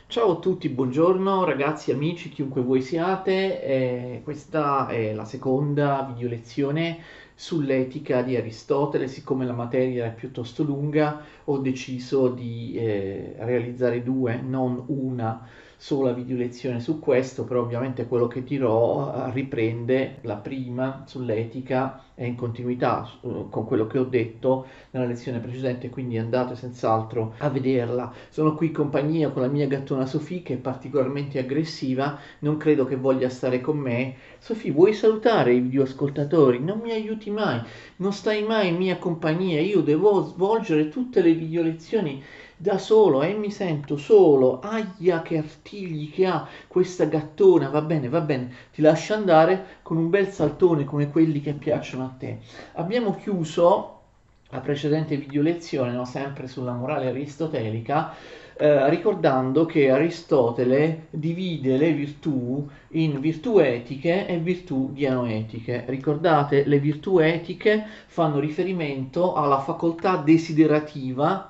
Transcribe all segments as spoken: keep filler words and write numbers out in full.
Ciao a tutti, buongiorno ragazzi, amici, chiunque voi siate. Eh, questa è la seconda video lezione sull'etica di Aristotele. Siccome la materia è piuttosto lunga, ho deciso di eh, realizzare due, non una sola video lezione su questo, però ovviamente quello che dirò eh, riprende la prima sull'etica, è in continuità eh, con quello che ho detto nella lezione precedente, quindi andate senz'altro a vederla. Sono qui in compagnia con la mia gattona Sofì, che è particolarmente aggressiva, non credo che voglia stare con me. Sofì, vuoi salutare i videoascoltatori? Non mi aiuti mai, non stai mai in mia compagnia, io devo svolgere tutte le video lezioni da solo e mi sento solo. Aia, che artigli che ha questa gattona. Va bene, va bene, ti lascio andare con un bel saltone come quelli che piacciono a te. Abbiamo chiuso la precedente video lezione, no, sempre sulla morale aristotelica, eh, ricordando che Aristotele divide le virtù in virtù etiche e virtù dianoetiche. Ricordate, le virtù etiche fanno riferimento alla facoltà desiderativa,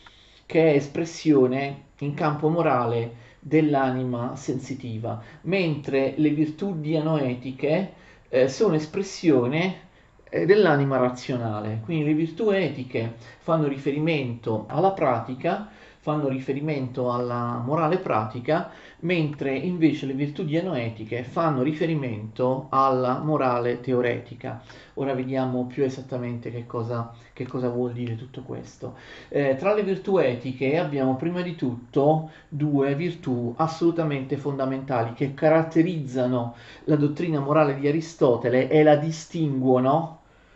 che è espressione in campo morale dell'anima sensitiva, mentre le virtù dianoetiche eh, sono espressione eh, dell'anima razionale. Quindi le virtù etiche fanno riferimento alla pratica, fanno riferimento alla morale pratica, mentre invece le virtù dianoetiche fanno riferimento alla morale teoretica. Ora vediamo più esattamente che cosa, che cosa vuol dire tutto questo. Eh, tra le virtù etiche abbiamo prima di tutto due virtù assolutamente fondamentali che caratterizzano la dottrina morale di Aristotele e la distinguono,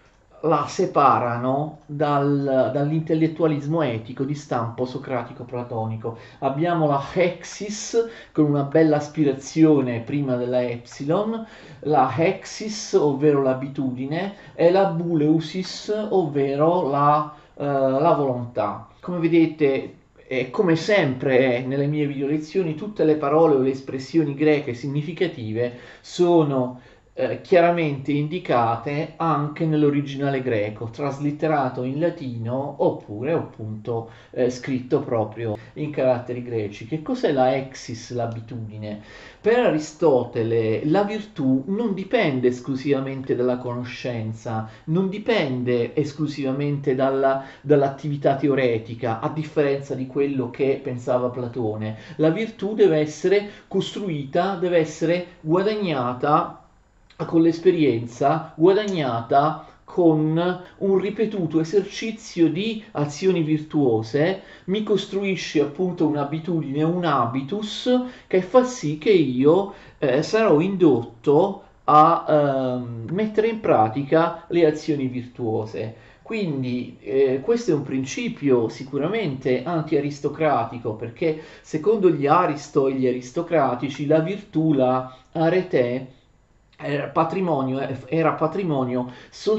la separano dal, dall'intellettualismo etico di stampo socratico-platonico. Abbiamo la hexis con una bella aspirazione prima della epsilon, la hexis ovvero l'abitudine e la buleusis ovvero la, eh, la volontà. Come vedete, e come sempre nelle mie video lezioni, tutte le parole o le espressioni greche significative sono eh, chiaramente indicate anche nell'originale greco, traslitterato in latino oppure appunto eh, scritto proprio in caratteri greci. Che cos'è la exis, l'abitudine? Per Aristotele la virtù non dipende esclusivamente dalla conoscenza, non dipende esclusivamente dalla, dall'attività teoretica, a differenza di quello che pensava Platone. La virtù deve essere costruita, deve essere guadagnata con l'esperienza, guadagnata con un ripetuto esercizio di azioni virtuose. Mi costruisce appunto un'abitudine, un habitus che fa sì che io eh, sarò indotto a ehm, mettere in pratica le azioni virtuose. Quindi eh, questo è un principio sicuramente anti-aristocratico, perché secondo gli Aristo e gli aristocratici la virtù, la arete, era patrimonio, era patrimonio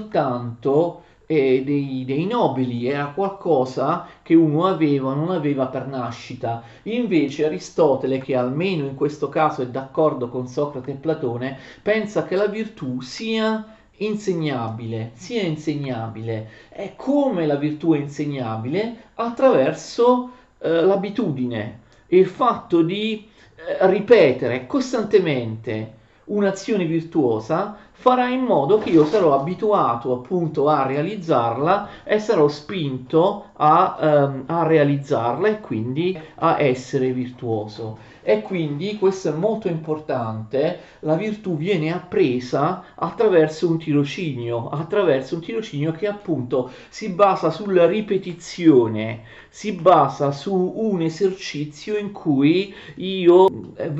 soltanto eh, dei, dei nobili, era qualcosa che uno aveva o non aveva per nascita. Invece Aristotele, che almeno in questo caso è d'accordo con Socrate e Platone, pensa che la virtù sia insegnabile, sia insegnabile. E come la virtù è insegnabile? Attraverso eh, l'abitudine, il fatto di eh, ripetere costantemente un'azione virtuosa farà in modo che io sarò abituato appunto a realizzarla e sarò spinto a, ehm, a realizzarla e quindi a essere virtuoso. E quindi questo è molto importante, la virtù viene appresa attraverso un tirocinio, attraverso un tirocinio che appunto si basa sulla ripetizione, si basa su un esercizio in cui io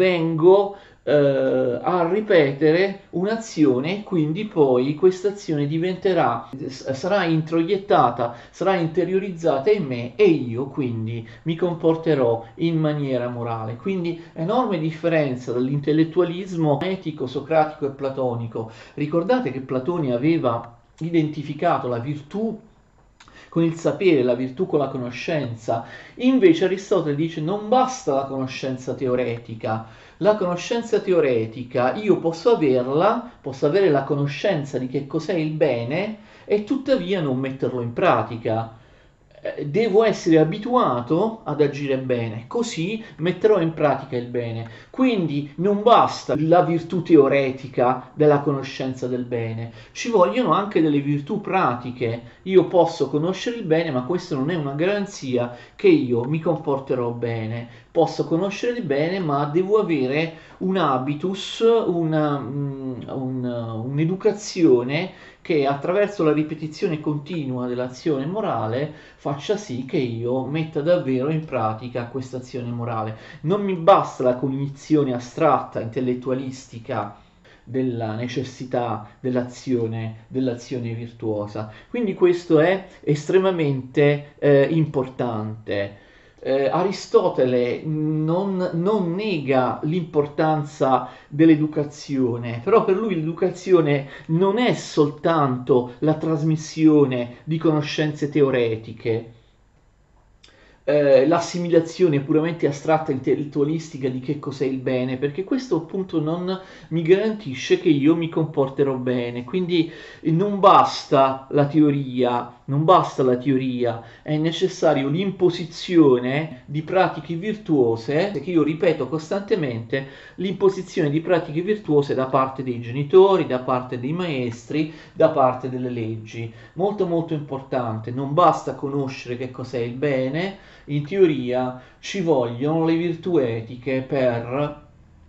vengo eh, a ripetere un'azione, quindi poi questa azione diventerà, sarà introiettata, sarà interiorizzata in me e io quindi mi comporterò in maniera morale. Quindi enorme differenza dall'intellettualismo etico, socratico e platonico. Ricordate che Platone aveva identificato la virtù con il sapere, la virtù con la conoscenza. Invece Aristotele dice non basta la conoscenza teoretica. La conoscenza teoretica io posso averla, posso avere la conoscenza di che cos'è il bene e tuttavia non metterlo in pratica. eh, devo essere abituato ad agire bene, così metterò in pratica il bene. Quindi non basta la virtù teoretica della conoscenza del bene, ci vogliono anche delle virtù pratiche. Io posso conoscere il bene, ma questo non è una garanzia che io mi comporterò bene. Posso conoscere il bene, ma devo avere un habitus, una, mm, un- un'educazione che attraverso la ripetizione continua dell'azione morale faccia sì che io metta davvero in pratica questa azione morale. Non mi basta la cognizione astratta, intellettualistica della necessità dell'azione, dell'azione virtuosa. Quindi questo è estremamente eh, importante. Eh, Aristotele non, non nega l'importanza dell'educazione, però per lui l'educazione non è soltanto la trasmissione di conoscenze teoretiche, eh, l'assimilazione puramente astratta intellettualistica di che cos'è il bene, perché questo appunto non mi garantisce che io mi comporterò bene. Quindi eh, non basta la teoria, non basta la teoria, è necessario l'imposizione di pratiche virtuose, che io ripeto costantemente, l'imposizione di pratiche virtuose da parte dei genitori, da parte dei maestri, da parte delle leggi. Molto molto importante, non basta conoscere che cos'è il bene, in teoria ci vogliono le virtù etiche per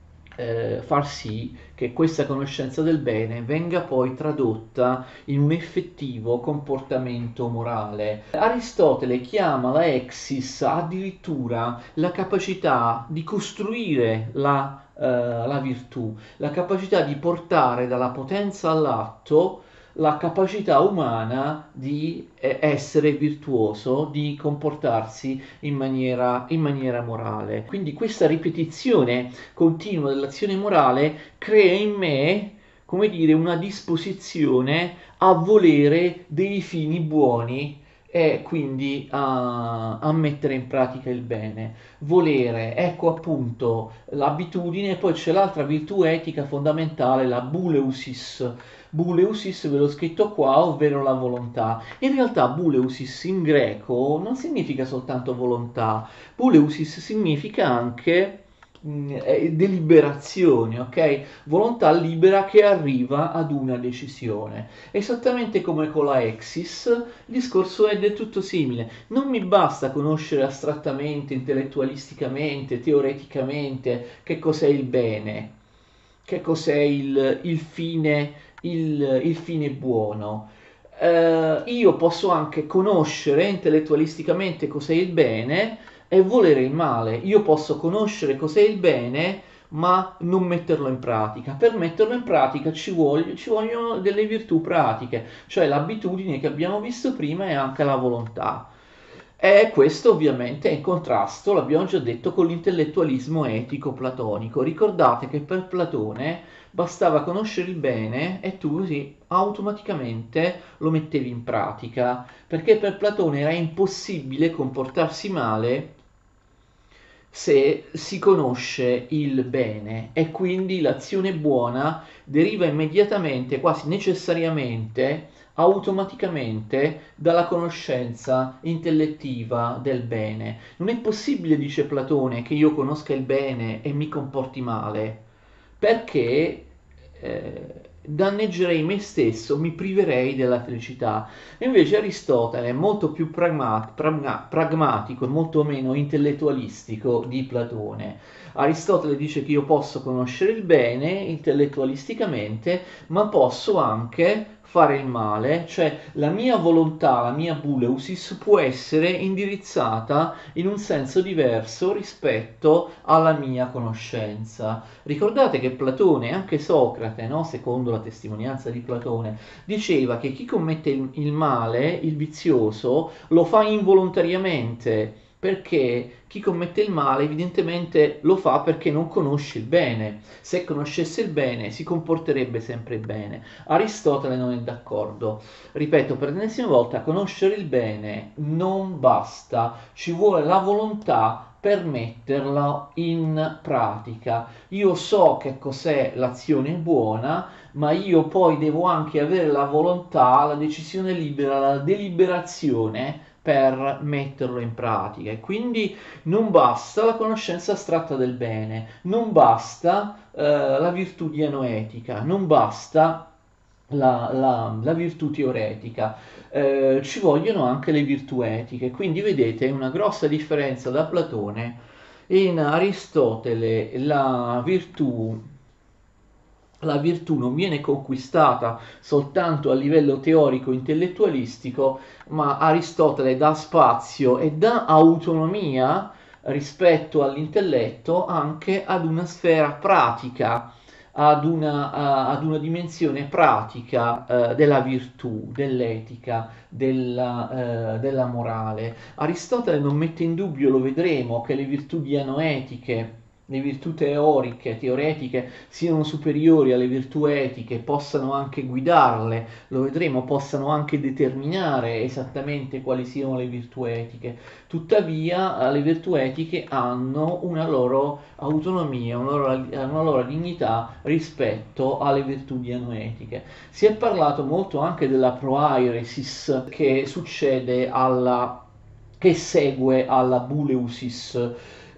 eh, far sì che questa conoscenza del bene venga poi tradotta in un effettivo comportamento morale. Aristotele chiama la exis addirittura la capacità di costruire la, eh, la virtù, la capacità di portare dalla potenza all'atto la capacità umana di eh, essere virtuoso, di comportarsi in maniera, in maniera morale. Quindi questa ripetizione continua dell'azione morale crea in me, come dire, una disposizione a volere dei fini buoni e quindi a, a mettere in pratica il bene. Volere, ecco appunto l'abitudine, e poi c'è l'altra virtù etica fondamentale, la buleusis. Buleusis ve l'ho scritto qua, ovvero la volontà. In realtà buleusis in greco non significa soltanto volontà, buleusis significa anche mh, eh, deliberazione, ok? Volontà libera che arriva ad una decisione. Esattamente come con la exis, il discorso è del tutto simile. Non mi basta conoscere astrattamente, intellettualisticamente, teoreticamente che cos'è il bene, che cos'è il, il fine, il, il fine buono. Eh, io posso anche conoscere intellettualisticamente cos'è il bene e volere il male. Io posso conoscere cos'è il bene, ma non metterlo in pratica. Per metterlo in pratica ci, voglio, ci vogliono delle virtù pratiche, cioè l'abitudine che abbiamo visto prima e anche la volontà. E questo ovviamente è in contrasto, l'abbiamo già detto, con l'intellettualismo etico platonico. Ricordate che per Platone bastava conoscere il bene e tu così automaticamente lo mettevi in pratica, perché per Platone era impossibile comportarsi male se si conosce il bene e quindi l'azione buona deriva immediatamente, quasi necessariamente, automaticamente dalla conoscenza intellettiva del bene. Non è possibile, dice Platone, che io conosca il bene e mi comporti male, perché eh, danneggerei me stesso, mi priverei della felicità. Invece Aristotele è molto più pragma- pragma- pragmatico e molto meno intellettualistico di Platone. Aristotele dice che io posso conoscere il bene intellettualisticamente, ma posso anche fare il male, cioè la mia volontà, la mia buleusis può essere indirizzata in un senso diverso rispetto alla mia conoscenza. Ricordate che Platone, anche Socrate, no? Secondo la testimonianza di Platone, diceva che chi commette il, il male, il vizioso, lo fa involontariamente, perché chi commette il male evidentemente lo fa perché non conosce il bene. Se conoscesse il bene si comporterebbe sempre bene. Aristotele non è d'accordo. Ripeto per l'ennesima volta, conoscere il bene non basta, ci vuole la volontà per metterla in pratica. Io so che cos'è l'azione buona, ma io poi devo anche avere la volontà, la decisione libera, la deliberazione per metterlo in pratica. E quindi non basta la conoscenza astratta del bene, non basta eh, la virtù dianoetica, non basta la, la, la virtù teoretica, eh, ci vogliono anche le virtù etiche. Quindi vedete una grossa differenza da Platone. In Aristotele la virtù la virtù non viene conquistata soltanto a livello teorico intellettualistico, ma Aristotele dà spazio e dà autonomia rispetto all'intelletto anche ad una sfera pratica, ad una, a- ad una dimensione pratica eh, della virtù, dell'etica, della, eh, della morale. Aristotele non mette in dubbio, lo vedremo, che le virtù dianoetiche, le virtù teoriche, teoretiche siano superiori alle virtù etiche, possano anche guidarle, lo vedremo, possano anche determinare esattamente quali siano le virtù etiche. Tuttavia, eh, le virtù etiche hanno una loro autonomia, una loro, una loro dignità rispetto alle virtù dianoetiche. Si è parlato molto anche della proairesis che succede alla che segue alla buleusis,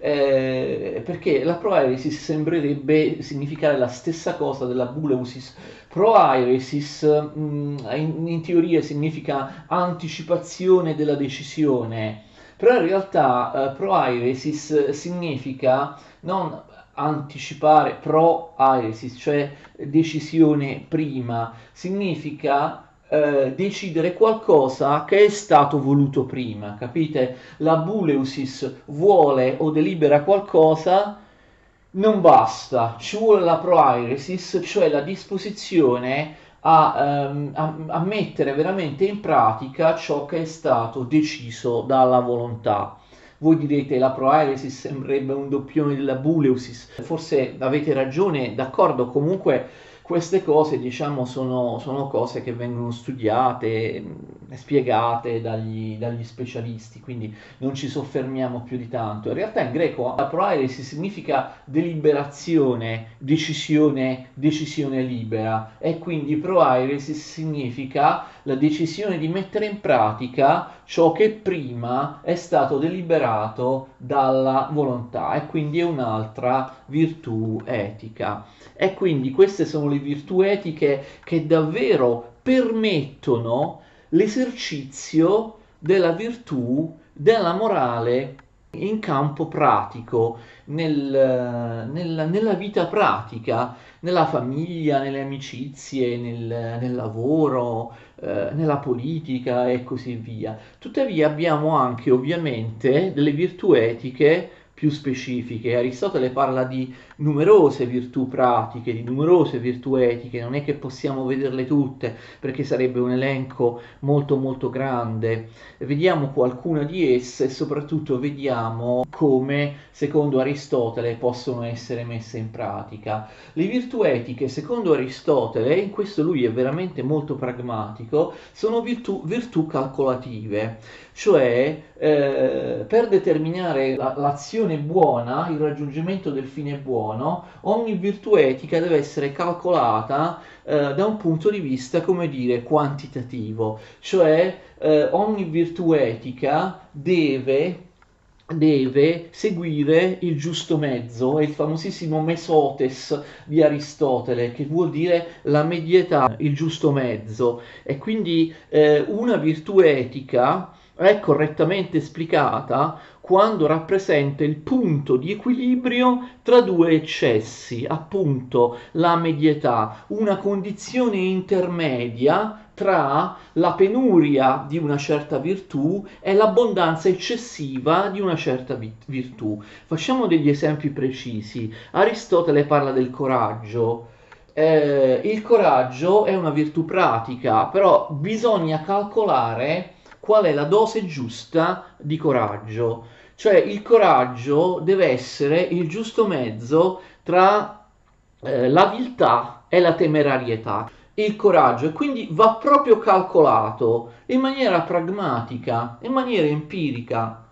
eh, perché la proairesis sembrerebbe significare la stessa cosa della buleusis. Proairesis mh, in, in teoria significa anticipazione della decisione, però in realtà eh, proairesis significa non anticipare, pro-airesis, cioè decisione prima, significa eh, decidere qualcosa che è stato voluto prima, capite? La buleusis vuole o delibera qualcosa, non basta, ci vuole la proairesis, cioè la disposizione a, ehm, a, a mettere veramente in pratica ciò che è stato deciso dalla volontà. Voi direte la proairesis sembrerebbe un doppione della buleusis, forse avete ragione, d'accordo, comunque queste cose diciamo sono, sono cose che vengono studiate, mh, spiegate dagli, dagli specialisti, quindi non ci soffermiamo più di tanto. In realtà in greco la proairesis significa deliberazione, decisione, decisione libera, e quindi proairesis significa la decisione di mettere in pratica ciò che prima è stato deliberato dalla volontà, e quindi è un'altra virtù etica. E quindi queste sono le virtù etiche che davvero permettono l'esercizio della virtù, della morale in campo pratico, nel, nella, nella vita pratica, nella famiglia, nelle amicizie, nel, nel lavoro, eh, nella politica e così via. Tuttavia abbiamo anche ovviamente delle virtù etiche più specifiche. Aristotele parla di numerose virtù pratiche, di numerose virtù etiche, non è che possiamo vederle tutte perché sarebbe un elenco molto molto grande. Vediamo qualcuna di esse e soprattutto vediamo come, secondo Aristotele, possono essere messe in pratica. Le virtù etiche, secondo Aristotele, in questo lui è veramente molto pragmatico, sono virtù, virtù calcolative, cioè eh, per determinare la, l'azione buona, il raggiungimento del fine buono, ogni virtù etica deve essere calcolata eh, da un punto di vista, come dire, quantitativo, cioè eh, ogni virtù etica deve deve seguire il giusto mezzo, è il famosissimo mesotes di Aristotele, che vuol dire la medietà, il giusto mezzo, e quindi eh, una virtù etica è correttamente esplicata quando rappresenta il punto di equilibrio tra due eccessi, appunto la medietà, una condizione intermedia tra la penuria di una certa virtù e l'abbondanza eccessiva di una certa virtù. Facciamo degli esempi precisi. Aristotele parla del coraggio. Eh, il coraggio è una virtù pratica, però bisogna calcolare qual è la dose giusta di coraggio. Cioè il coraggio deve essere il giusto mezzo tra eh, la viltà e la temerarietà. Il coraggio, e quindi va proprio calcolato in maniera pragmatica, in maniera empirica.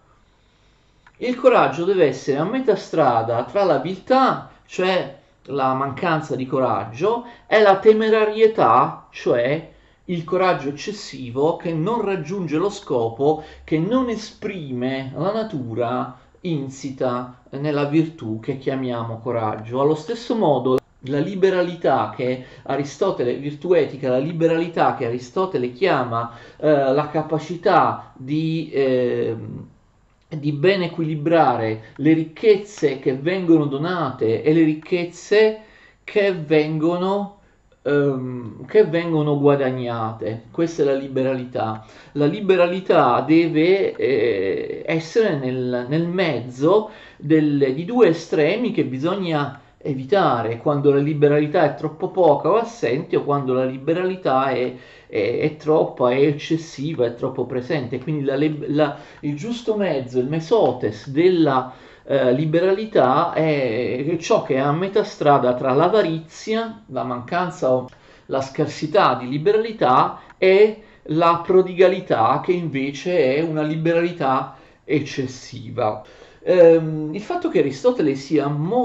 Il coraggio deve essere a metà strada tra la viltà, cioè la mancanza di coraggio, e la temerarietà, cioè il coraggio eccessivo che non raggiunge lo scopo, che non esprime la natura insita nella virtù che chiamiamo coraggio. Allo stesso modo, la liberalità che Aristotele, virtù etica, la liberalità che Aristotele chiama eh, la capacità di, eh, di ben equilibrare le ricchezze che vengono donate e le ricchezze che vengono ehm, che vengono guadagnate. Questa è la liberalità. La liberalità deve eh, essere nel, nel mezzo del- di due estremi che bisogna evitare, quando la liberalità è troppo poca o assente, o quando la liberalità è, è- è troppa, è eccessiva, è troppo presente. Quindi la lib- la- il giusto mezzo, il mesotes della eh, liberalità è ciò che è a metà strada tra l'avarizia, la mancanza o la scarsità di liberalità, e la prodigalità, che invece è una liberalità eccessiva. Ehm, il fatto che Aristotele sia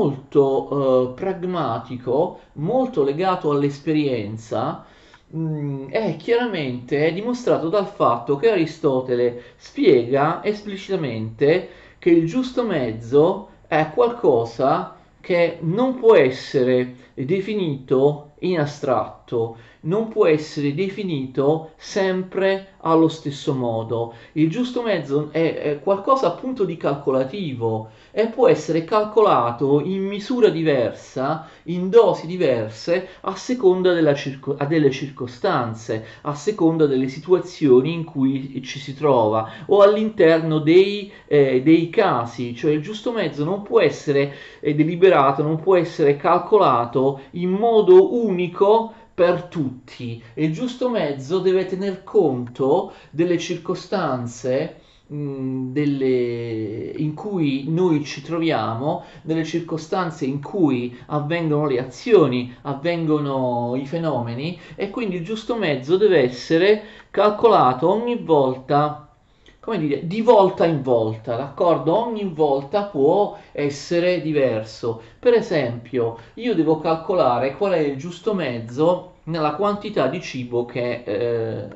molto eh, pragmatico, molto legato all'esperienza, mh, è chiaramente dimostrato dal fatto che Aristotele spiega esplicitamente che il giusto mezzo è qualcosa che non può essere definito in astratto, non può essere definito sempre allo stesso modo. Il giusto mezzo è, è qualcosa appunto di calcolativo e può essere calcolato in misura diversa, in dosi diverse, a seconda della circo- delle circostanze, a seconda delle situazioni in cui ci si trova o all'interno dei, eh, dei casi. Cioè il giusto mezzo non può essere eh, deliberato, non può essere calcolato in modo unico per tutti. Il giusto mezzo deve tener conto delle circostanze mh, delle, in cui noi ci troviamo, delle circostanze in cui avvengono le azioni, avvengono i fenomeni, e quindi il giusto mezzo deve essere calcolato ogni volta, come dire, di volta in volta, d'accordo? Ogni volta può essere diverso. Per esempio, io devo calcolare qual è il giusto mezzo nella quantità di cibo che, eh,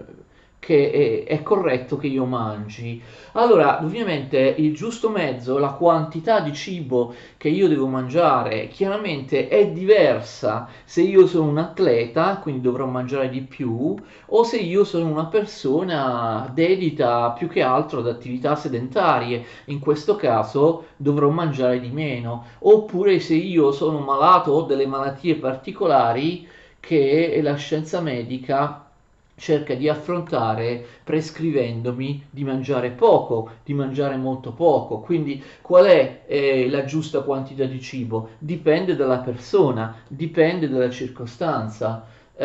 che è, è corretto che io mangi. Allora, ovviamente il giusto mezzo, la quantità di cibo che io devo mangiare, chiaramente è diversa se io sono un atleta, quindi dovrò mangiare di più, o se io sono una persona dedita più che altro ad attività sedentarie. In questo caso dovrò mangiare di meno. Oppure se io sono malato o ho delle malattie particolari che la scienza medica cerca di affrontare prescrivendomi di mangiare poco, di mangiare molto poco. Quindi qual è eh, la giusta quantità di cibo? Dipende dalla persona, dipende dalla circostanza,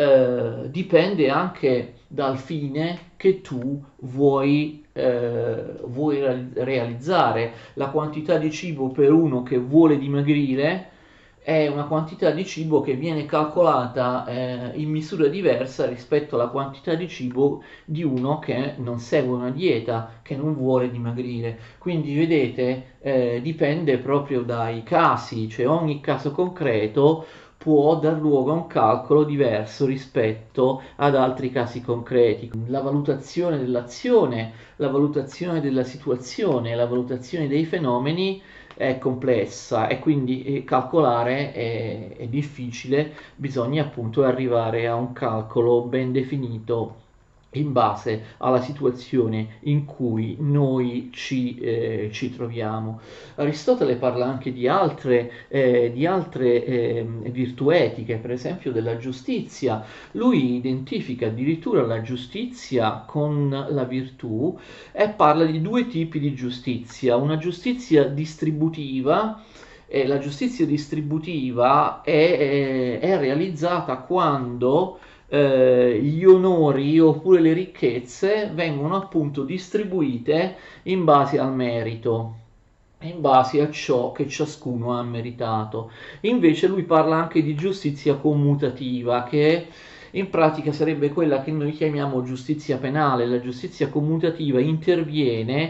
eh, dipende anche dal fine che tu vuoi, eh, vuoi realizzare. La quantità di cibo per uno che vuole dimagrire è una quantità di cibo che viene calcolata eh, in misura diversa rispetto alla quantità di cibo di uno che non segue una dieta, che non vuole dimagrire. Quindi vedete, eh, dipende proprio dai casi, cioè ogni caso concreto può dar luogo a un calcolo diverso rispetto ad altri casi concreti. La valutazione dell'azione, la valutazione della situazione, la valutazione dei fenomeni è complessa, e quindi eh, calcolare è, è difficile, bisogna appunto arrivare a un calcolo ben definito in base alla situazione in cui noi ci, eh, ci troviamo. Aristotele parla anche di altre, eh, di altre eh, virtù etiche, per esempio della giustizia. Lui identifica addirittura la giustizia con la virtù e parla di due tipi di giustizia: una giustizia distributiva. E la giustizia distributiva è, è, è realizzata quando eh, gli onori oppure le ricchezze vengono appunto distribuite in base al merito, in base a ciò che ciascuno ha meritato. Invece lui parla anche di giustizia commutativa, che in pratica sarebbe quella che noi chiamiamo giustizia penale. La giustizia commutativa interviene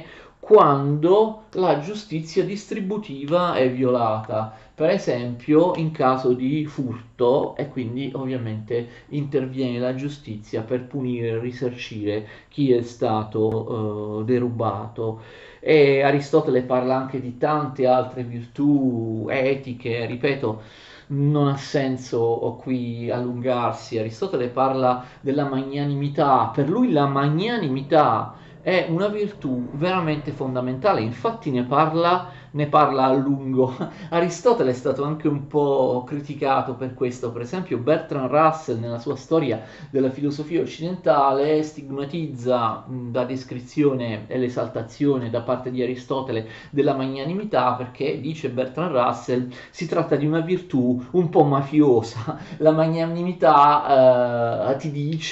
quando la giustizia distributiva è violata, per esempio in caso di furto, e quindi ovviamente interviene la giustizia per punire e risarcire chi è stato eh, derubato. E Aristotele parla anche di tante altre virtù etiche, ripeto, non ha senso qui allungarsi. Aristotele parla della magnanimità, per lui la magnanimità è una virtù veramente fondamentale, infatti ne parla, ne parla a lungo. Aristotele è stato anche un po' criticato per questo, per esempio Bertrand Russell nella sua storia della filosofia occidentale stigmatizza mh, la descrizione e l'esaltazione da parte di Aristotele della magnanimità perché, dice Bertrand Russell, si tratta di una virtù un po' mafiosa. La magnanimità eh, ti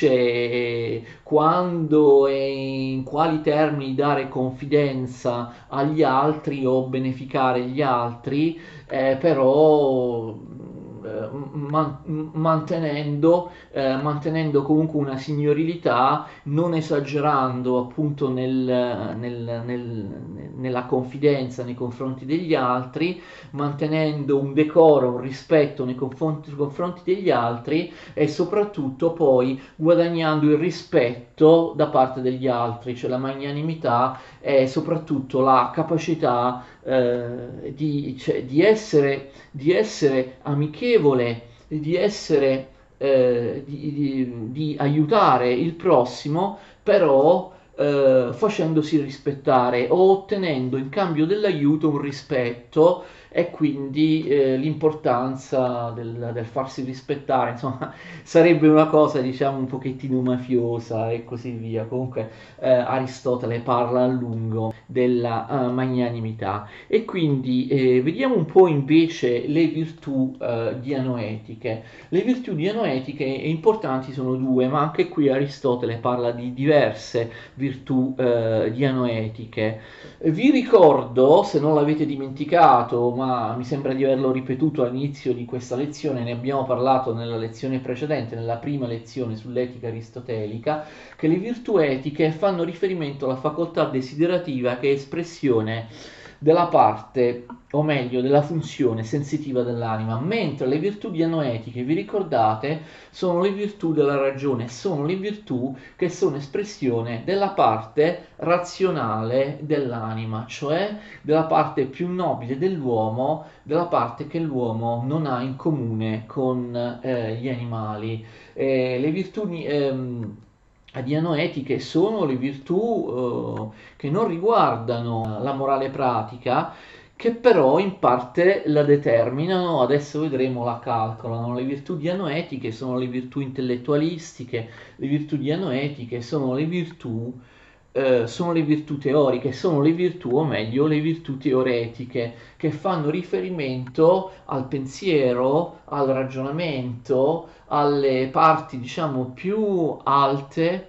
dice quando e in quali termini dare confidenza agli altri o beneficare gli altri, eh, però eh, man- mantenendo, eh, mantenendo comunque una signorilità, non esagerando appunto nel- nel- nel- nella confidenza nei confronti degli altri, mantenendo un decoro, un rispetto nei confronti, nei confronti degli altri e soprattutto poi guadagnando il rispetto da parte degli altri, cioè la magnanimità è soprattutto la capacità eh, di, cioè, di essere, di essere amichevole, di essere eh, di, di, di aiutare il prossimo, però eh, facendosi rispettare o ottenendo in cambio dell'aiuto un rispetto e quindi eh, l'importanza del, del farsi rispettare, insomma, sarebbe una cosa diciamo un pochettino mafiosa e così via. Comunque eh, Aristotele parla a lungo della uh, magnanimità e quindi eh, vediamo un po' invece le virtù uh, dianoetiche. Le virtù dianoetiche importanti sono due, ma anche qui Aristotele parla di diverse virtù uh, dianoetiche. Vi ricordo, se non l'avete dimenticato, ma mi sembra di averlo ripetuto all'inizio di questa lezione, ne abbiamo parlato nella lezione precedente, nella prima lezione sull'etica aristotelica, che le virtù etiche fanno riferimento alla facoltà desiderativa che è espressione della parte, o meglio, della funzione sensitiva dell'anima, mentre le virtù dianoetiche, vi ricordate, sono le virtù della ragione, sono le virtù che sono espressione della parte razionale dell'anima, cioè della parte più nobile dell'uomo, della parte che l'uomo non ha in comune con eh, gli animali. Eh, le virtù ehm, dianoetiche sono le virtù eh, che non riguardano la morale pratica, che però in parte la determinano, adesso vedremo, la calcolano. Le virtù dianoetiche sono le virtù intellettualistiche, le virtù dianoetiche sono le virtù eh, sono le virtù teoriche, sono le virtù, o meglio, le virtù teoretiche, che fanno riferimento al pensiero, al ragionamento, alle parti, diciamo, più alte,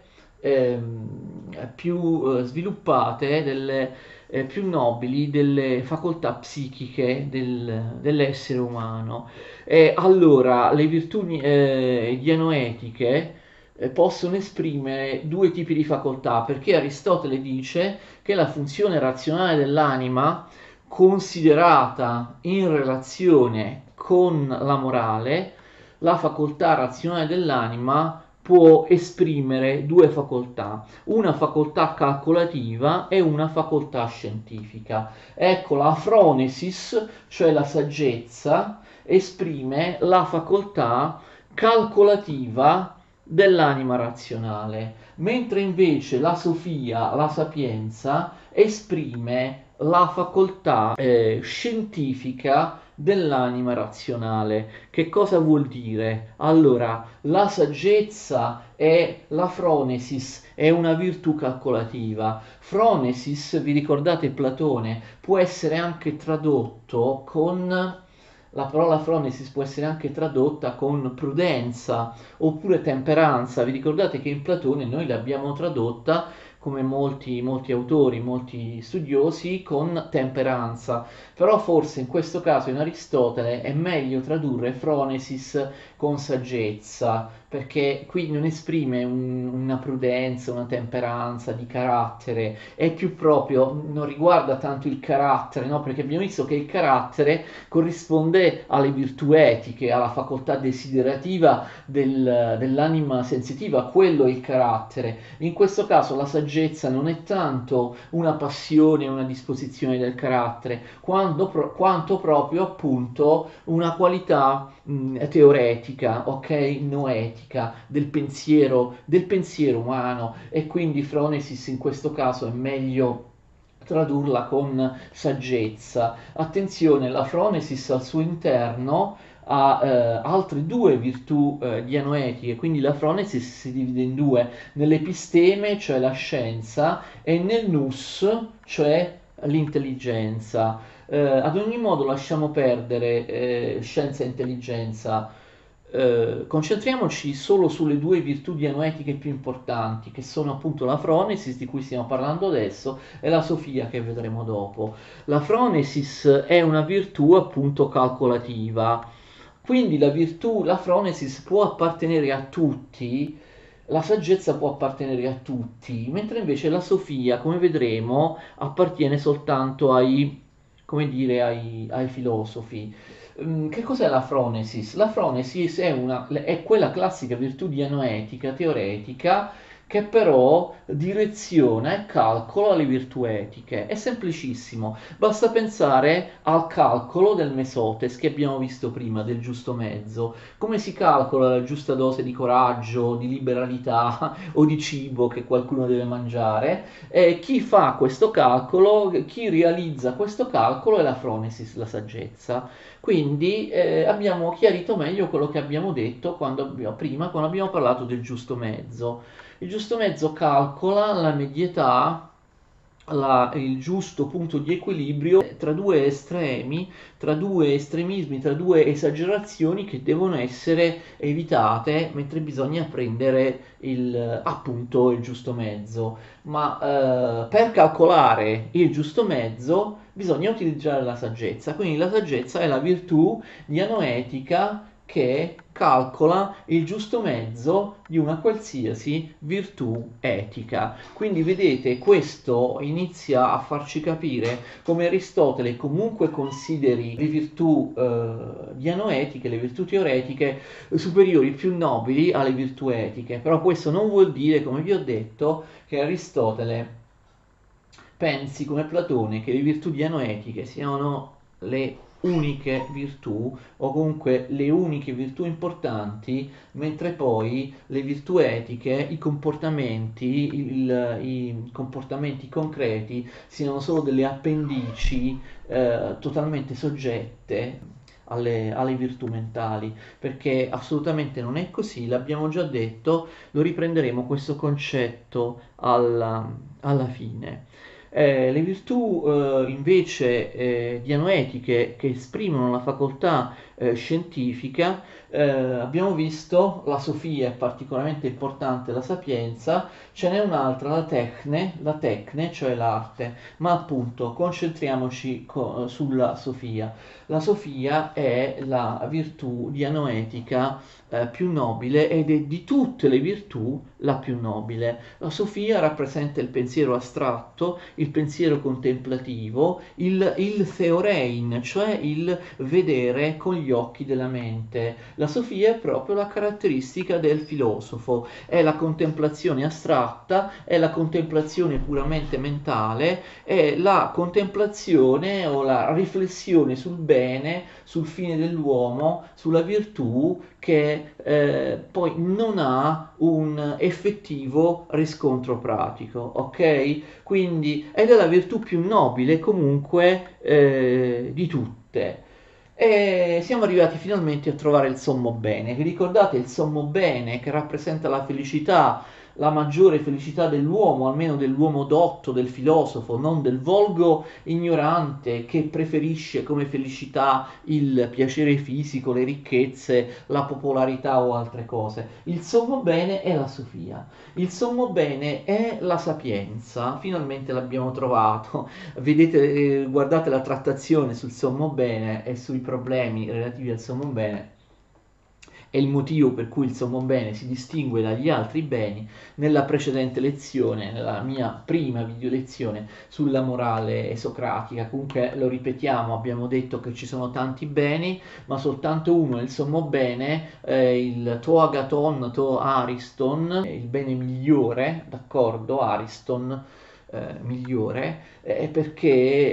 ehm, più eh, sviluppate, delle, eh, più nobili delle facoltà psichiche del- dell'essere umano. E allora, le virtù eh, dianoetiche eh, possono esprimere due tipi di facoltà, perché Aristotele dice che la funzione razionale dell'anima, considerata in relazione con la morale, la facoltà razionale dell'anima può esprimere due facoltà, una facoltà calcolativa e una facoltà scientifica. Ecco, la phronesis, cioè la saggezza, esprime la facoltà calcolativa dell'anima razionale, mentre invece la sofia, la sapienza, esprime la facoltà eh, scientifica dell'anima razionale. Che cosa vuol dire? Allora, la saggezza e la phronesis è una virtù calcolativa. Phronesis, vi ricordate Platone, può essere anche tradotto con la parola phronesis può essere anche tradotta con prudenza oppure temperanza. Vi ricordate che in Platone noi l'abbiamo tradotta come molti, molti autori, molti studiosi, con temperanza. Però forse in questo caso in Aristotele è meglio tradurre phronesis con saggezza, perché qui non esprime un- una prudenza, una temperanza di carattere, è più proprio, non riguarda tanto il carattere, no? Perché abbiamo visto che il carattere corrisponde alle virtù etiche, alla facoltà desiderativa del- dell'anima sensitiva, quello è il carattere. In questo caso la saggezza non è tanto una passione, una disposizione del carattere, quando pro- quanto proprio appunto una qualità mh, teoretica, ok, noetica del pensiero, del pensiero umano, e quindi Phronesis in questo caso è meglio tradurla con saggezza. Attenzione, la Phronesis al suo interno ha eh, altre due virtù eh, dianoetiche, quindi la Phronesis si divide in due, nell'episteme, cioè la scienza, e nel nous, cioè l'intelligenza. Eh, ad ogni modo lasciamo perdere eh, scienza e intelligenza. Eh, concentriamoci solo sulle due virtù dianoetiche più importanti, che sono appunto la Phronesis, di cui stiamo parlando adesso, e la Sofia, che vedremo dopo. La Phronesis è una virtù appunto calcolativa, quindi la virtù, la Phronesis può appartenere a tutti, la saggezza può appartenere a tutti, mentre invece la Sofia, come vedremo, appartiene soltanto ai, come dire, ai, ai filosofi. Mm, Che cos'è la Phronesis? La Phronesis è, una, è quella classica virtù dianoetica, teoretica, che però direziona e calcola le virtù etiche. È semplicissimo, basta pensare al calcolo del mesotes che abbiamo visto prima, del giusto mezzo. Come si calcola la giusta dose di coraggio, di liberalità o di cibo che qualcuno deve mangiare? E chi fa questo calcolo, chi realizza questo calcolo è la Phronesis, la saggezza. Quindi eh, abbiamo chiarito meglio quello che abbiamo detto quando abbiamo- prima, quando abbiamo parlato del giusto mezzo. Il giusto mezzo calcola la medietà, la- il giusto punto di equilibrio tra due estremi, tra due estremismi, tra due esagerazioni che devono essere evitate, mentre bisogna prendere il, appunto il giusto mezzo. Ma eh, per calcolare il giusto mezzo bisogna utilizzare la saggezza. Quindi la saggezza è la virtù dianoetica che calcola il giusto mezzo di una qualsiasi virtù etica. Quindi vedete, questo inizia a farci capire come Aristotele comunque consideri le virtù eh, dianoetiche, le virtù teoretiche superiori, più nobili alle virtù etiche. Però questo non vuol dire, come vi ho detto, che Aristotele pensi come Platone che le virtù dianoetiche siano le uniche virtù o comunque le uniche virtù importanti, mentre poi le virtù etiche, i comportamenti, il- i comportamenti concreti siano solo delle appendici eh, totalmente soggette alle, alle virtù mentali, perché assolutamente non è così, l'abbiamo già detto, lo riprenderemo questo concetto alla, alla fine. Eh, le virtù eh, invece eh, dianoetiche che esprimono la facoltà eh, scientifica, eh, abbiamo visto la Sofia è particolarmente importante, la Sapienza, ce n'è un'altra, la Tecne, la Tecne, cioè l'arte, ma appunto concentriamoci co- sulla Sofia. La Sofia è la virtù dianoetica eh, più nobile ed è di tutte le virtù la più nobile. La Sofia rappresenta il pensiero astratto, il pensiero contemplativo, il, il theorein, cioè il vedere con gli occhi della mente. La Sofia è proprio la caratteristica del filosofo, è la contemplazione astratta, è la contemplazione puramente mentale, è la contemplazione o la riflessione sul bene, sul fine dell'uomo, sulla virtù che eh, poi non ha un effettivo riscontro pratico, ok? Quindi ed è la virtù più nobile comunque eh, di tutte. E siamo arrivati finalmente a trovare il sommo bene. Vi ricordate il sommo bene che rappresenta la felicità la maggiore felicità dell'uomo, almeno dell'uomo dotto, del filosofo, non del volgo ignorante che preferisce come felicità il piacere fisico, le ricchezze, la popolarità o altre cose. Il sommo bene è la Sofia, il sommo bene è la sapienza, finalmente l'abbiamo trovato. Vedete, eh, guardate la trattazione sul sommo bene e sui problemi relativi al sommo bene. È il motivo per cui il sommo bene si distingue dagli altri beni. Nella precedente lezione, nella mia prima video lezione sulla morale socratica, comunque lo ripetiamo, abbiamo detto che ci sono tanti beni, ma soltanto uno è il sommo bene, eh, il to agaton, to ariston, il bene migliore, d'accordo, ariston, eh, migliore, è perché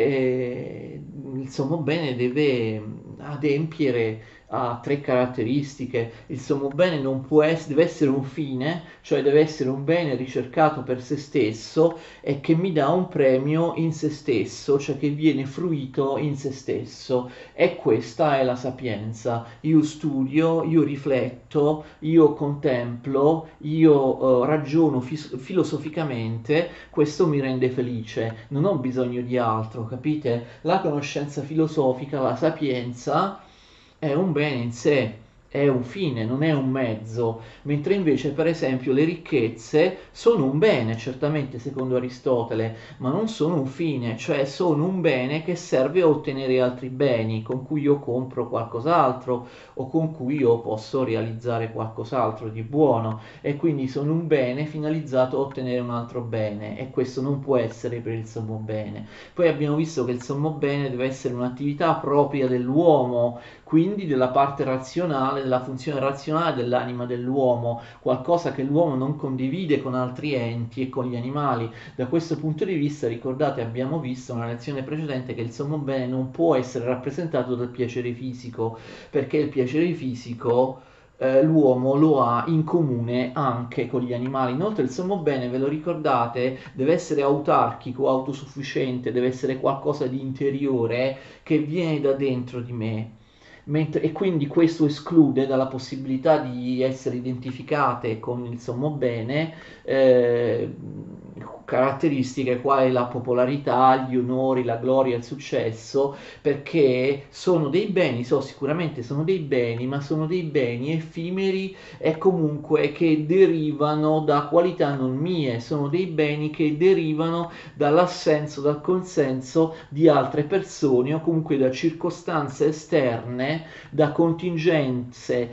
eh, il sommo bene deve adempiere ha tre caratteristiche. Il sommo bene non può essere, deve essere un fine, cioè deve essere un bene ricercato per se stesso e che mi dà un premio in se stesso, cioè che viene fruito in se stesso. E questa è la sapienza. Io studio, io rifletto, io contemplo, io eh, ragiono fis- filosoficamente, questo mi rende felice. Non ho bisogno di altro, capite? La conoscenza filosofica, la sapienza è un bene in sé, è un fine, non è un mezzo, mentre invece per esempio le ricchezze sono un bene, certamente secondo Aristotele, ma non sono un fine, cioè sono un bene che serve a ottenere altri beni, con cui io compro qualcos'altro o con cui io posso realizzare qualcos'altro di buono e quindi sono un bene finalizzato a ottenere un altro bene e questo non può essere per il sommo bene. Poi abbiamo visto che il sommo bene deve essere un'attività propria dell'uomo, quindi della parte razionale, della funzione razionale dell'anima dell'uomo, qualcosa che l'uomo non condivide con altri enti e con gli animali. Da questo punto di vista, ricordate, abbiamo visto nella lezione precedente che il sommo bene non può essere rappresentato dal piacere fisico, perché il piacere fisico eh, l'uomo lo ha in comune anche con gli animali. Inoltre il sommo bene, ve lo ricordate, deve essere autarchico, autosufficiente, deve essere qualcosa di interiore che viene da dentro di me. Mentre, e quindi questo esclude dalla possibilità di essere identificate con il sommo bene eh, caratteristiche quali la popolarità, gli onori, la gloria, il successo, perché sono dei beni, so sicuramente sono dei beni, ma sono dei beni effimeri e comunque che derivano da qualità non mie, sono dei beni che derivano dall'assenso, dal consenso di altre persone o comunque da circostanze esterne, da contingenze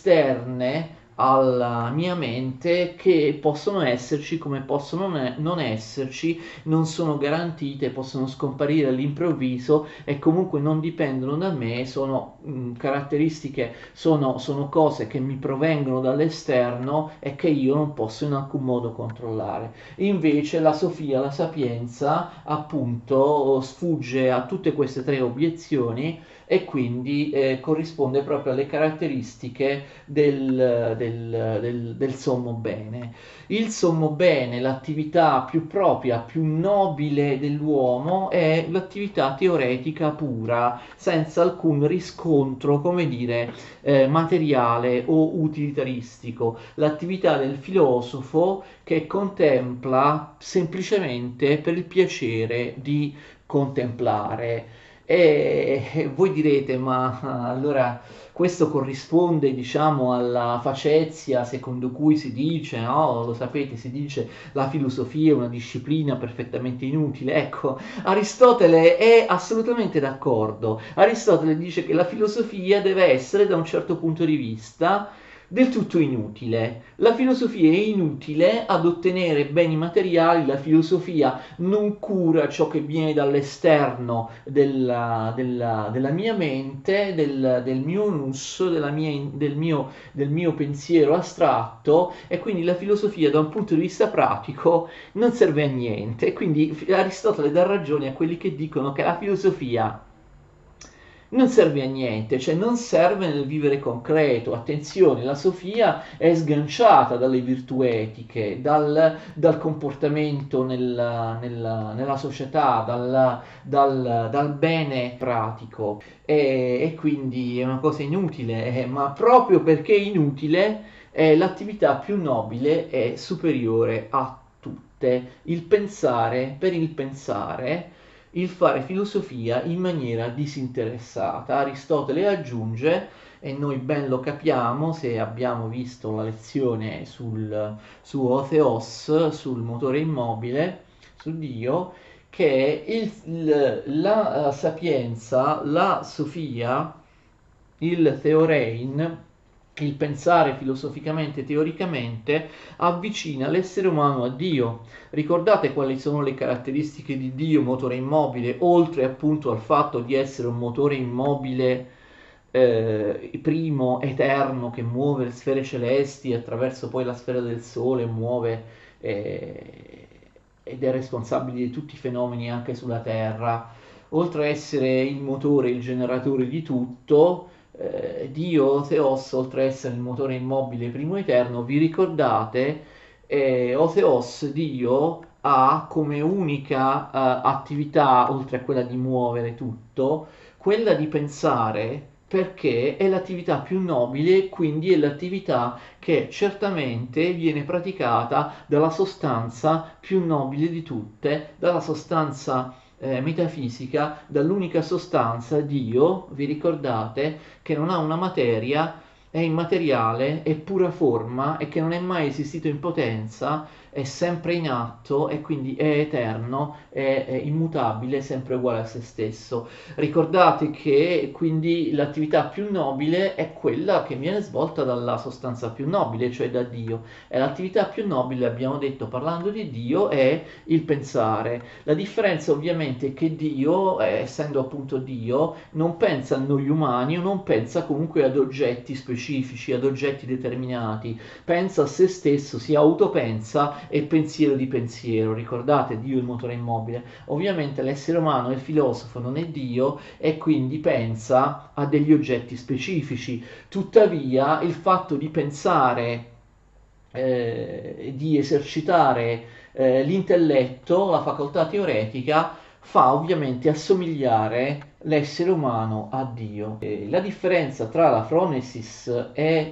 esterne alla mia mente che possono esserci come possono non esserci, non sono garantite, possono scomparire all'improvviso e comunque non dipendono da me, sono mh, caratteristiche, sono, sono cose che mi provengono dall'esterno e che io non posso in alcun modo controllare. Invece la Sofia, la sapienza, appunto, sfugge a tutte queste tre obiezioni e quindi eh, corrisponde proprio alle caratteristiche del, del, del, del sommo bene. Il sommo bene, l'attività più propria, più nobile dell'uomo è l'attività teoretica pura, senza alcun riscontro, come dire, eh, materiale o utilitaristico. L'attività del filosofo che contempla semplicemente per il piacere di contemplare. E voi direte, ma allora questo corrisponde, diciamo, alla facezia secondo cui si dice, no? Lo sapete, si dice la filosofia è una disciplina perfettamente inutile. Ecco, Aristotele è assolutamente d'accordo. Aristotele dice che la filosofia deve essere, da un certo punto di vista, del tutto inutile. La filosofia è inutile ad ottenere beni materiali, la filosofia non cura ciò che viene dall'esterno della, della, della mia mente, del, del mio nus, della mia, del, mio, del mio pensiero astratto e quindi la filosofia da un punto di vista pratico non serve a niente. E quindi Aristotele dà ragione a quelli che dicono che la filosofia non serve a niente, cioè non serve nel vivere concreto. Attenzione, la Sofia è sganciata dalle virtù etiche, dal, dal comportamento nella, nella- nella società, dal, dal- dal bene pratico e, e quindi è una cosa inutile, eh, ma proprio perché è inutile è l'attività più nobile e superiore a tutte, il pensare per il pensare, il fare filosofia in maniera disinteressata. Aristotele aggiunge, e noi ben lo capiamo se abbiamo visto la lezione sul, su Otheos, sul motore immobile, su Dio, che il- il- la eh, sapienza, la sofia, il theorein, il pensare filosoficamente, teoricamente, avvicina l'essere umano a Dio. Ricordate quali sono le caratteristiche di Dio, motore immobile, oltre appunto al fatto di essere un motore immobile eh, primo, eterno, che muove le sfere celesti attraverso poi la sfera del Sole, muove eh, ed è responsabile di tutti i fenomeni anche sulla Terra. Oltre a essere il motore, il generatore di tutto, eh, Dio, Theos, oltre a essere il motore immobile primo eterno, vi ricordate, eh, Otheos, Dio, ha come unica eh, attività, oltre a quella di muovere tutto, quella di pensare, perché è l'attività più nobile, quindi è l'attività che certamente viene praticata dalla sostanza più nobile di tutte, dalla sostanza eh, metafisica, dall'unica sostanza, Dio, vi ricordate, che non ha una materia, è immateriale, è pura forma e che non è mai esistito in potenza, è sempre in atto e quindi è eterno, è, è immutabile, sempre uguale a se stesso. Ricordate che quindi l'attività più nobile è quella che viene svolta dalla sostanza più nobile, cioè da Dio. E l'attività più nobile, abbiamo detto parlando di Dio, è il pensare. La differenza ovviamente è che Dio, eh, essendo appunto Dio, non pensa a noi umani o non pensa comunque ad oggetti specifici, ad oggetti determinati, pensa a se stesso, si autopensa e pensiero di pensiero. Ricordate, Dio è il motore immobile. Ovviamente l'essere umano, il filosofo, non è Dio e quindi pensa a degli oggetti specifici. Tuttavia, il fatto di pensare, eh, di esercitare eh, l'intelletto, la facoltà teoretica, fa ovviamente assomigliare l'essere umano a Dio. E la differenza tra la phronesis e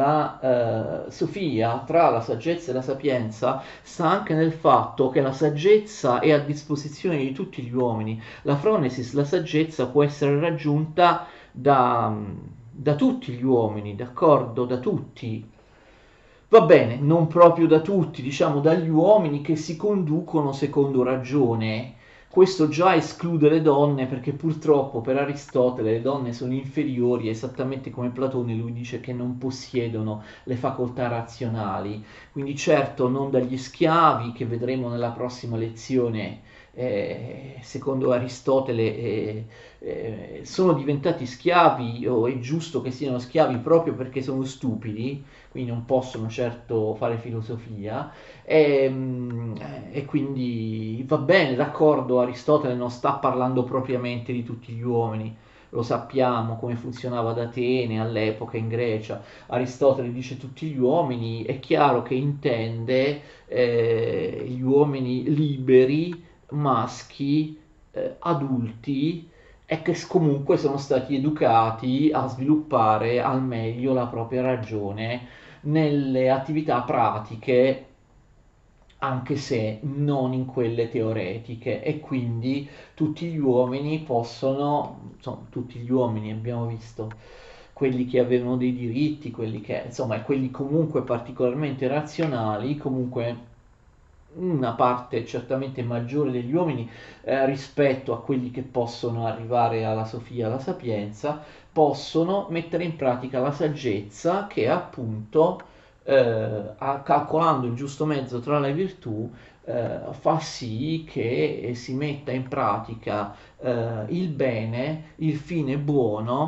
la eh, Sofia, tra la saggezza e la sapienza, sta anche nel fatto che la saggezza è a disposizione di tutti gli uomini. La phronesis, la saggezza, può essere raggiunta da, da tutti gli uomini, d'accordo? Da tutti. Va bene, non proprio da tutti, diciamo dagli uomini che si conducono secondo ragione. Questo già esclude le donne perché purtroppo per Aristotele le donne sono inferiori, esattamente come Platone lui dice che non possiedono le facoltà razionali. Quindi certo non dagli schiavi, che vedremo nella prossima lezione, eh, secondo Aristotele eh, eh, sono diventati schiavi, o è giusto che siano schiavi proprio perché sono stupidi, quindi non possono certo fare filosofia, e, mm, e quindi va bene, d'accordo, Aristotele non sta parlando propriamente di tutti gli uomini, lo sappiamo come funzionava ad Atene all'epoca in Grecia. Aristotele dice tutti gli uomini, è chiaro che intende eh, gli uomini liberi, maschi, eh, adulti e che comunque sono stati educati a sviluppare al meglio la propria ragione nelle attività pratiche, anche se non in quelle teoretiche, e quindi tutti gli uomini possono, insomma, tutti gli uomini abbiamo visto, quelli che avevano dei diritti, quelli che, insomma, quelli comunque particolarmente razionali, comunque una parte certamente maggiore degli uomini eh, rispetto a quelli che possono arrivare alla sofia, alla sapienza, possono mettere in pratica la saggezza che appunto, eh, a- calcolando il giusto mezzo tra le virtù, eh, fa sì che si metta in pratica eh, il bene, il fine buono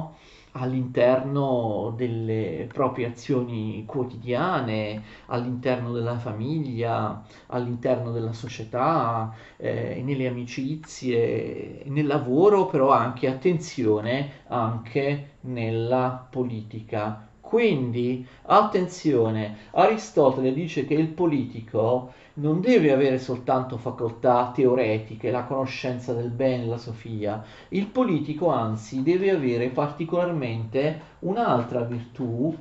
all'interno delle proprie azioni quotidiane, all'interno della famiglia, all'interno della società, eh, nelle amicizie, nel lavoro, però anche, attenzione, anche nella politica. Quindi, attenzione, Aristotele dice che il politico non deve avere soltanto facoltà teoretiche, la conoscenza del bene, la sofia. Il politico anzi deve avere particolarmente un'altra virtù,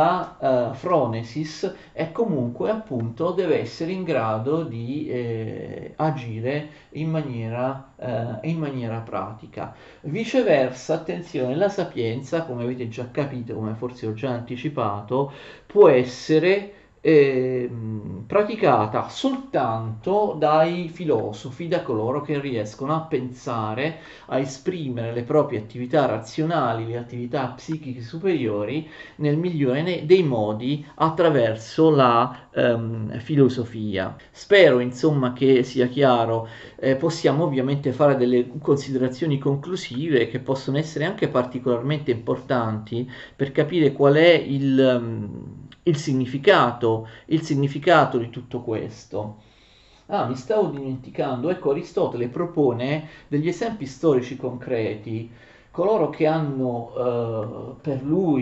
la eh, phronesis, e comunque appunto deve essere in grado di eh, agire in maniera, eh, in maniera pratica. Viceversa, attenzione, la sapienza, come avete già capito, come forse ho già anticipato, può essere eh, praticata soltanto dai filosofi, da coloro che riescono a pensare, a esprimere le proprie attività razionali, le attività psichiche superiori nel migliore ne- dei modi attraverso la ehm, filosofia. Spero insomma che sia chiaro. Eh, possiamo ovviamente fare delle considerazioni conclusive che possono essere anche particolarmente importanti per capire qual è il, ehm, il significato, il significato di tutto questo. Ah, mi stavo dimenticando, ecco, Aristotele propone degli esempi storici concreti. Coloro che hanno eh, per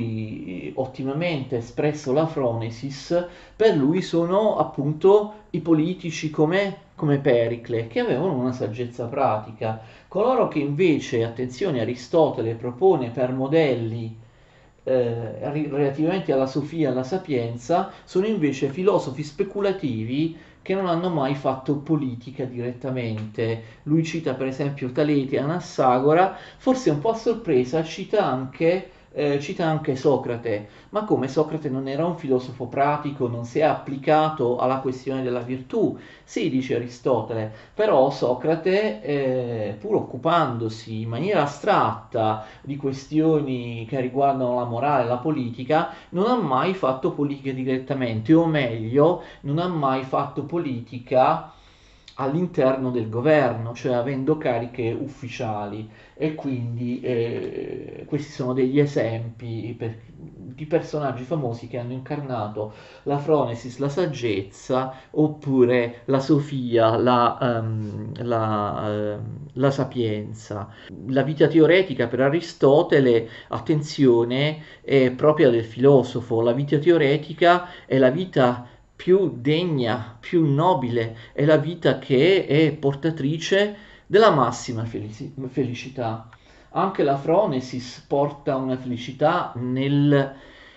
lui ottimamente espresso la phronesis, per lui sono appunto i politici come, come Pericle, che avevano una saggezza pratica. Coloro che invece, attenzione, Aristotele propone per modelli eh, relativamente alla sofia e alla sapienza, sono invece filosofi speculativi che non hanno mai fatto politica direttamente. Lui cita per esempio Talete e Anassagora, forse un po' a sorpresa cita anche, eh, cita anche Socrate, ma come Socrate non era un filosofo pratico, non si è applicato alla questione della virtù, sì, dice Aristotele, però Socrate, eh, pur occupandosi in maniera astratta di questioni che riguardano la morale e la politica, non ha mai fatto politica direttamente, o meglio, non ha mai fatto politica all'interno del governo, cioè avendo cariche ufficiali. E quindi eh, questi sono degli esempi per- di personaggi famosi che hanno incarnato la phronesis, la saggezza, oppure la sofia, la, ehm, la, ehm, la sapienza. La vita teoretica per Aristotele, attenzione, è propria del filosofo. La vita teoretica è la vita più degna, più nobile, è la vita che è portatrice della massima felici- felicità. Anche la phronesis porta una felicità nel-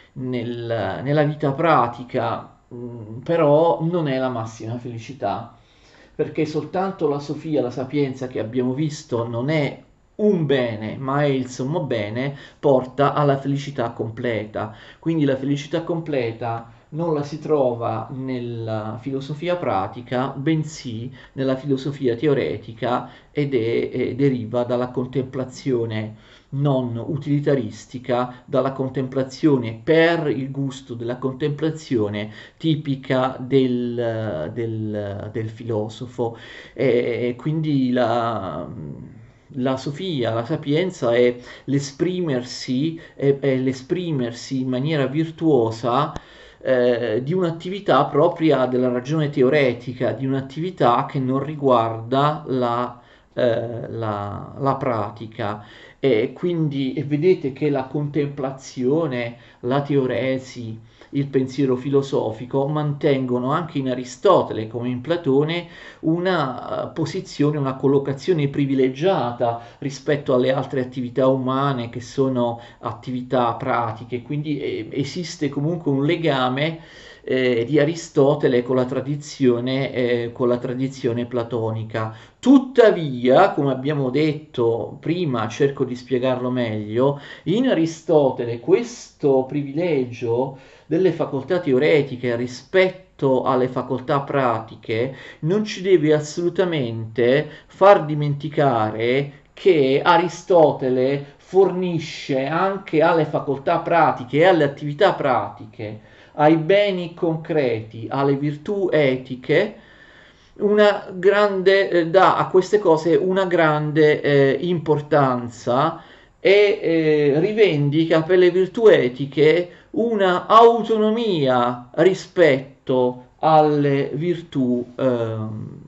nel- nella vita pratica, mm, però non è la massima felicità, perché soltanto la sofia, la sapienza che abbiamo visto non è un bene, ma è il sommo bene, porta alla felicità completa. Quindi la felicità completa non la si trova nella filosofia pratica, bensì nella filosofia teoretica, ed è, è- deriva dalla contemplazione non utilitaristica, dalla contemplazione per il gusto della contemplazione tipica del, del- del filosofo. E quindi la, la sofia, la sapienza è l'esprimersi, è, è l'esprimersi in maniera virtuosa eh, di un'attività propria della ragione teoretica, di un'attività che non riguarda la, eh, la, la pratica. E quindi e vedete che la contemplazione, la teoresi, il pensiero filosofico mantengono anche in Aristotele come in Platone una eh, posizione, una collocazione privilegiata rispetto alle altre attività umane che sono attività pratiche, quindi eh, esiste comunque un legame eh, di Aristotele con la tradizione, eh, con la tradizione platonica. Tuttavia, come abbiamo detto prima, cerco di spiegarlo meglio, in Aristotele questo privilegio delle facoltà teoretiche rispetto alle facoltà pratiche non ci deve assolutamente far dimenticare che Aristotele fornisce anche alle facoltà pratiche e alle attività pratiche, ai beni concreti, alle virtù etiche, una grande, eh, dà a queste cose una grande eh, importanza, e eh, rivendica per le virtù etiche una autonomia rispetto alle virtù ehm,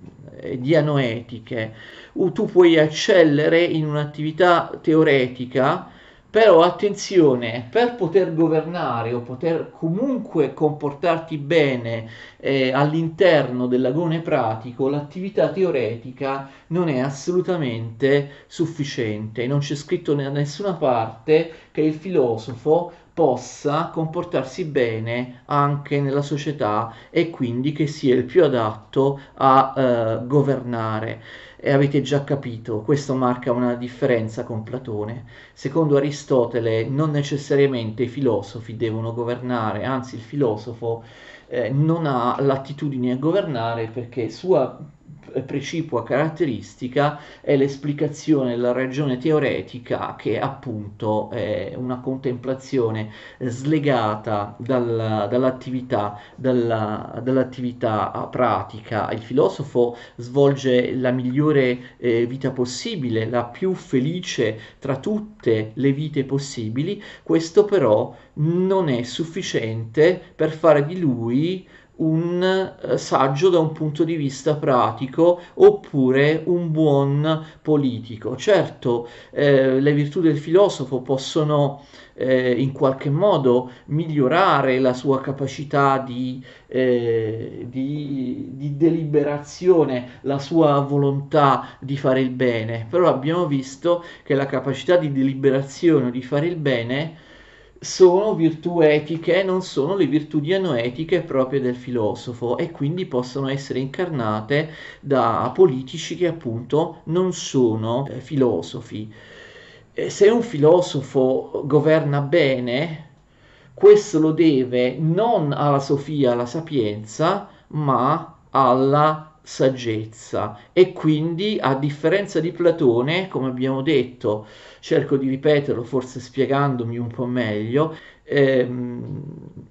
dianoetiche. U- Tu puoi eccellere in un'attività teoretica, però attenzione, per poter governare o poter comunque comportarti bene eh, all'interno dell'agone pratico, l'attività teoretica non è assolutamente sufficiente. Non c'è scritto da nessuna parte che il filosofo possa comportarsi bene anche nella società e quindi che sia il più adatto a eh, governare. E avete già capito, questo marca una differenza con Platone. Secondo Aristotele non necessariamente i filosofi devono governare, anzi il filosofo eh, non ha l'attitudine a governare perché sua precipua caratteristica è l'esplicazione della ragione teoretica che appunto è una contemplazione slegata dal, dall'attività, dalla, dall'attività pratica. Il filosofo svolge la migliore eh, vita possibile, la più felice tra tutte le vite possibili, questo però non è sufficiente per fare di lui un eh, saggio da un punto di vista pratico oppure un buon politico. Certo, eh, le virtù del filosofo possono eh, in qualche modo migliorare la sua capacità di, eh, di, di deliberazione, la sua volontà di fare il bene, però abbiamo visto che la capacità di deliberazione, di fare il bene, sono virtù etiche, non sono le virtù dianoetiche proprie del filosofo e quindi possono essere incarnate da politici che appunto non sono eh, filosofi. E se un filosofo governa bene, questo lo deve non alla sofia, alla sapienza, ma alla saggezza. E quindi, a differenza di Platone, come abbiamo detto, cerco di ripeterlo, forse spiegandomi un po' meglio, ehm,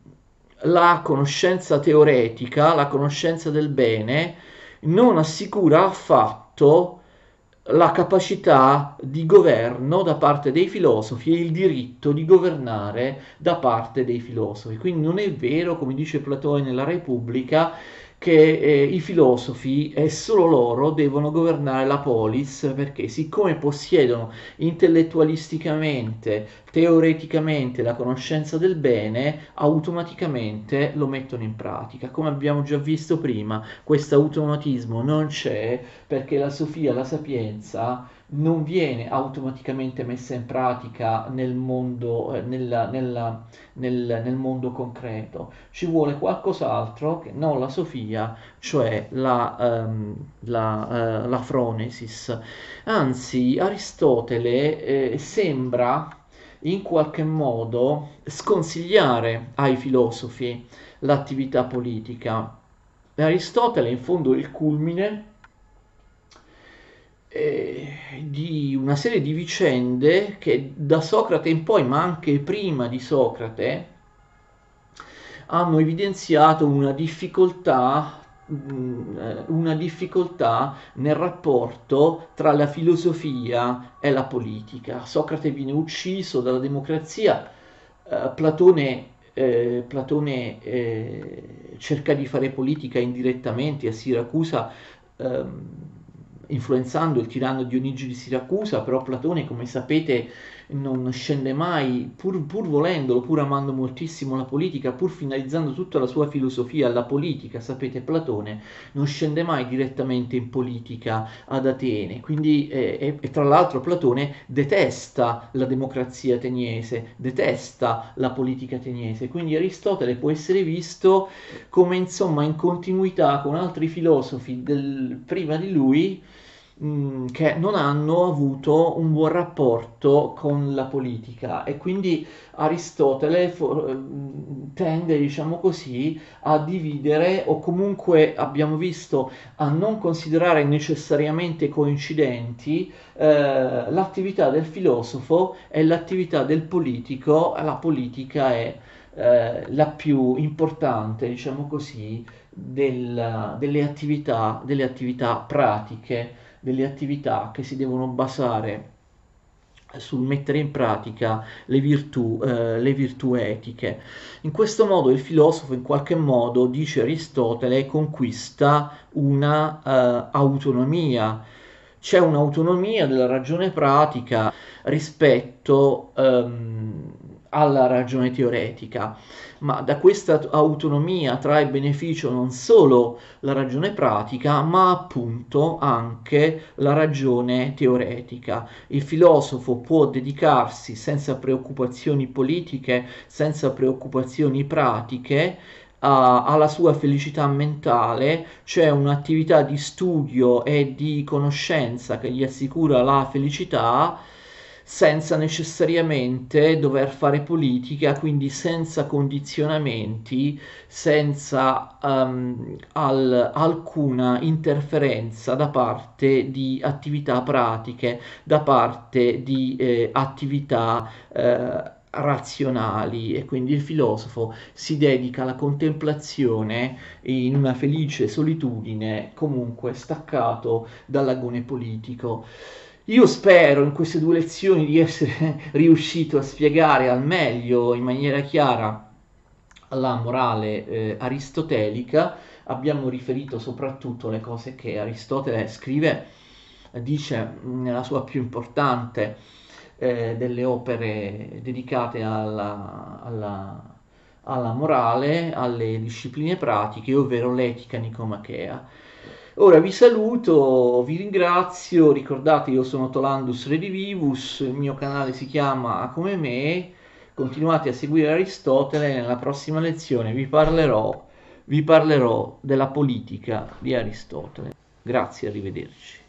la conoscenza teoretica, la conoscenza del bene, non assicura affatto la capacità di governo da parte dei filosofi e il diritto di governare da parte dei filosofi. Quindi non è vero, come dice Platone nella Repubblica, che eh, i filosofi e solo loro devono governare la polis perché siccome possiedono intellettualisticamente, teoreticamente la conoscenza del bene, automaticamente lo mettono in pratica. Come abbiamo già visto prima, questo automatismo non c'è perché la sofia, la sapienza non viene automaticamente messa in pratica nel mondo, eh, nella, nella, nel, nel mondo concreto. Ci vuole qualcos'altro che non la sofia, cioè la, ehm, la, eh, la fronesis. Anzi, Aristotele eh, sembra in qualche modo sconsigliare ai filosofi l'attività politica. Aristotele, in fondo, è il culmine eh, di una serie di vicende che da Socrate in poi, ma anche prima di Socrate, hanno evidenziato una difficoltà, mh, eh, una difficoltà nel rapporto tra la filosofia e la politica. Socrate viene ucciso dalla democrazia, eh, Platone eh, Platone eh, cerca di fare politica indirettamente a Siracusa, ehm, influenzando il tiranno Dionigi di Siracusa, però Platone, come sapete, non scende mai, pur, pur volendolo, pur amando moltissimo la politica, pur finalizzando tutta la sua filosofia alla politica, sapete, Platone non scende mai direttamente in politica ad Atene, quindi, eh, e, e tra l'altro Platone detesta la democrazia ateniese, detesta la politica ateniese, quindi Aristotele può essere visto come insomma in continuità con altri filosofi del, prima di lui mh, che non hanno avuto un buon rapporto con la politica e quindi Aristotele for- mh, tende, diciamo così, a dividere o comunque abbiamo visto a non considerare necessariamente coincidenti eh, l'attività del filosofo e l'attività del politico. La politica è eh, la più importante, diciamo così, del- delle attività, delle attività pratiche, delle attività che si devono basare sul mettere in pratica le virtù, eh, le virtù etiche. In questo modo il filosofo in qualche modo, dice Aristotele, conquista una eh, autonomia. C'è un'autonomia della ragione pratica rispetto ehm, alla ragione teoretica, ma da questa autonomia trae beneficio non solo la ragione pratica, ma appunto anche la ragione teoretica. Il filosofo può dedicarsi senza preoccupazioni politiche, senza preoccupazioni pratiche, a- alla sua felicità mentale, c'è un'attività di studio e di conoscenza che gli assicura la felicità senza necessariamente dover fare politica, quindi senza condizionamenti, senza um, al- alcuna interferenza da parte di attività pratiche, da parte di eh, attività eh, razionali, e quindi il filosofo si dedica alla contemplazione in una felice solitudine, comunque staccato dall'agone politico. Io spero in queste due lezioni di essere riuscito a spiegare al meglio, in maniera chiara, la morale eh, aristotelica. Abbiamo riferito soprattutto le cose che Aristotele scrive, dice nella sua più importante eh, delle opere dedicate alla, alla, alla morale, alle discipline pratiche, ovvero l'etica nicomachea. Ora vi saluto, vi ringrazio, ricordate io sono Tolandus Redivivus, il mio canale si chiama Come Me, continuate a seguire Aristotele, nella prossima lezione vi parlerò, vi parlerò della politica di Aristotele. Grazie, arrivederci.